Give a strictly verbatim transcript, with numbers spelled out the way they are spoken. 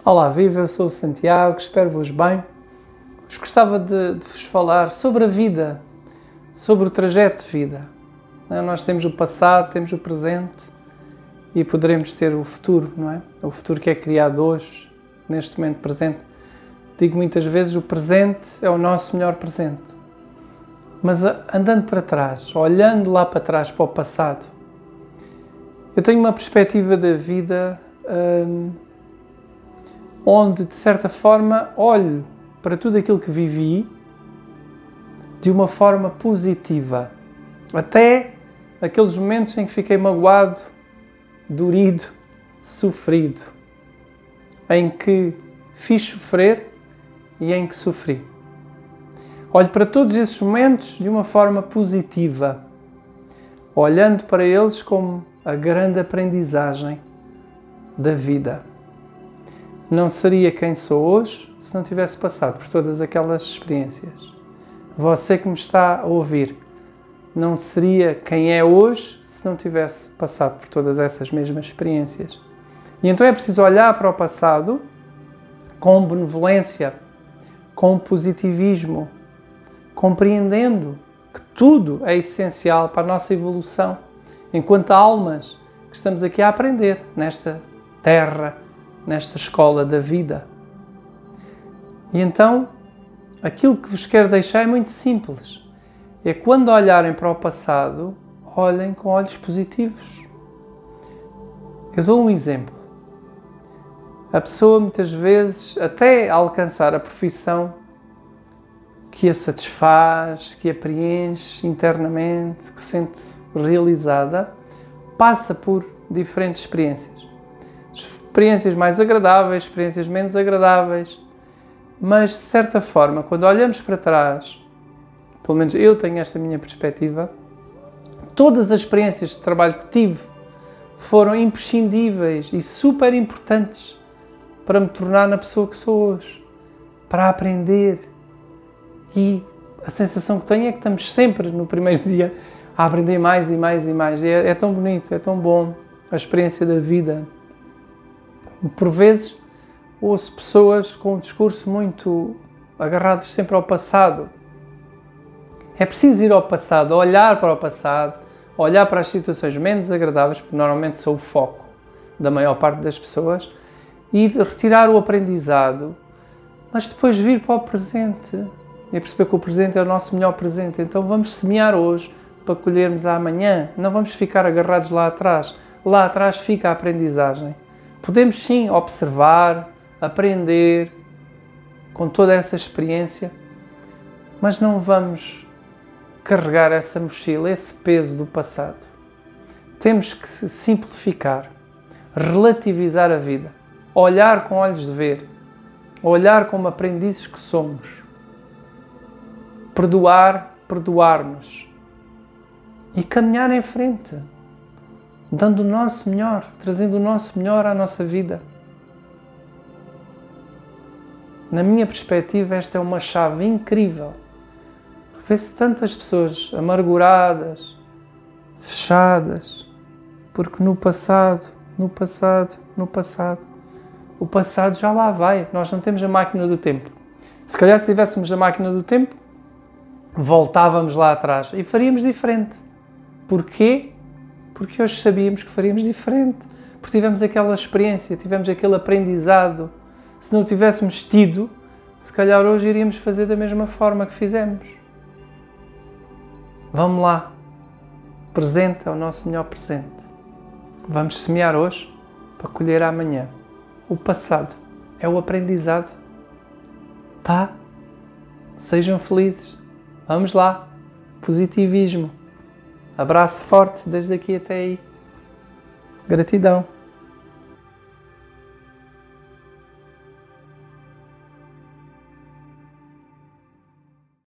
Olá, viva, eu sou o Santiago, espero-vos bem. Hoje gostava de, de vos falar sobre a vida, sobre o trajeto de vida. Nós temos o passado, temos o presente e poderemos ter o futuro, não é? O futuro que é criado hoje, neste momento presente. Digo muitas vezes, o presente é o nosso melhor presente. Mas andando para trás, olhando lá para trás, para o passado, eu tenho uma perspectiva da vida hum, onde, de certa forma, olho para tudo aquilo que vivi de uma forma positiva. Até aqueles momentos em que fiquei magoado, dorido, sofrido, em que fiz sofrer e em que sofri. Olho para todos esses momentos de uma forma positiva, olhando para eles como a grande aprendizagem da vida. Não seria quem sou hoje se não tivesse passado por todas aquelas experiências. Você que me está a ouvir, não seria quem é hoje se não tivesse passado por todas essas mesmas experiências. E então é preciso olhar para o passado com benevolência, com positivismo, compreendendo que tudo é essencial para a nossa evolução, enquanto almas que estamos aqui a aprender nesta terra, nesta escola da vida. E então, aquilo que vos quero deixar é muito simples. É quando olharem para o passado, olhem com olhos positivos. Eu dou um exemplo. A pessoa muitas vezes, até alcançar a profissão que a satisfaz, que a preenche internamente, que se sente realizada, passa por diferentes experiências. Experiências mais agradáveis, experiências menos agradáveis, mas de certa forma, quando olhamos para trás, pelo menos eu tenho esta minha perspectiva, todas as experiências de trabalho que tive foram imprescindíveis e super importantes para me tornar na pessoa que sou hoje, para aprender. E a sensação que tenho é que estamos sempre no primeiro dia a aprender mais e mais e mais. E é, é tão bonito, é tão bom a experiência da vida. Por vezes ouço pessoas com um discurso muito agarrados sempre ao passado. É preciso ir ao passado, olhar para o passado, olhar para as situações menos agradáveis, porque normalmente são o foco da maior parte das pessoas, e retirar o aprendizado, mas depois vir para o presente e perceber que o presente é o nosso melhor presente. Então vamos semear hoje para colhermos amanhã. Não vamos ficar agarrados lá atrás. Lá atrás fica a aprendizagem. Podemos sim observar, aprender com toda essa experiência, mas não vamos carregar essa mochila, esse peso do passado. Temos que simplificar, relativizar a vida, olhar com olhos de ver, olhar como aprendizes que somos, perdoar, perdoar-nos e caminhar em frente, dando o nosso melhor, trazendo o nosso melhor à nossa vida. Na minha perspectiva, esta é uma chave incrível. Vê-se tantas pessoas amarguradas, fechadas, porque no passado, no passado, no passado, o passado já lá vai. Nós não temos a máquina do tempo. Se calhar se tivéssemos a máquina do tempo, voltávamos lá atrás e faríamos diferente. Porquê? Porque hoje sabíamos que faríamos diferente, porque tivemos aquela experiência, tivemos aquele aprendizado. Se não tivéssemos tido, se calhar hoje iríamos fazer da mesma forma que fizemos. Vamos lá. Presente é o nosso melhor presente. Vamos semear hoje para colher amanhã. O passado é o aprendizado. Tá? Sejam felizes. Vamos lá. Positivismo. Abraço forte desde aqui até aí. Gratidão.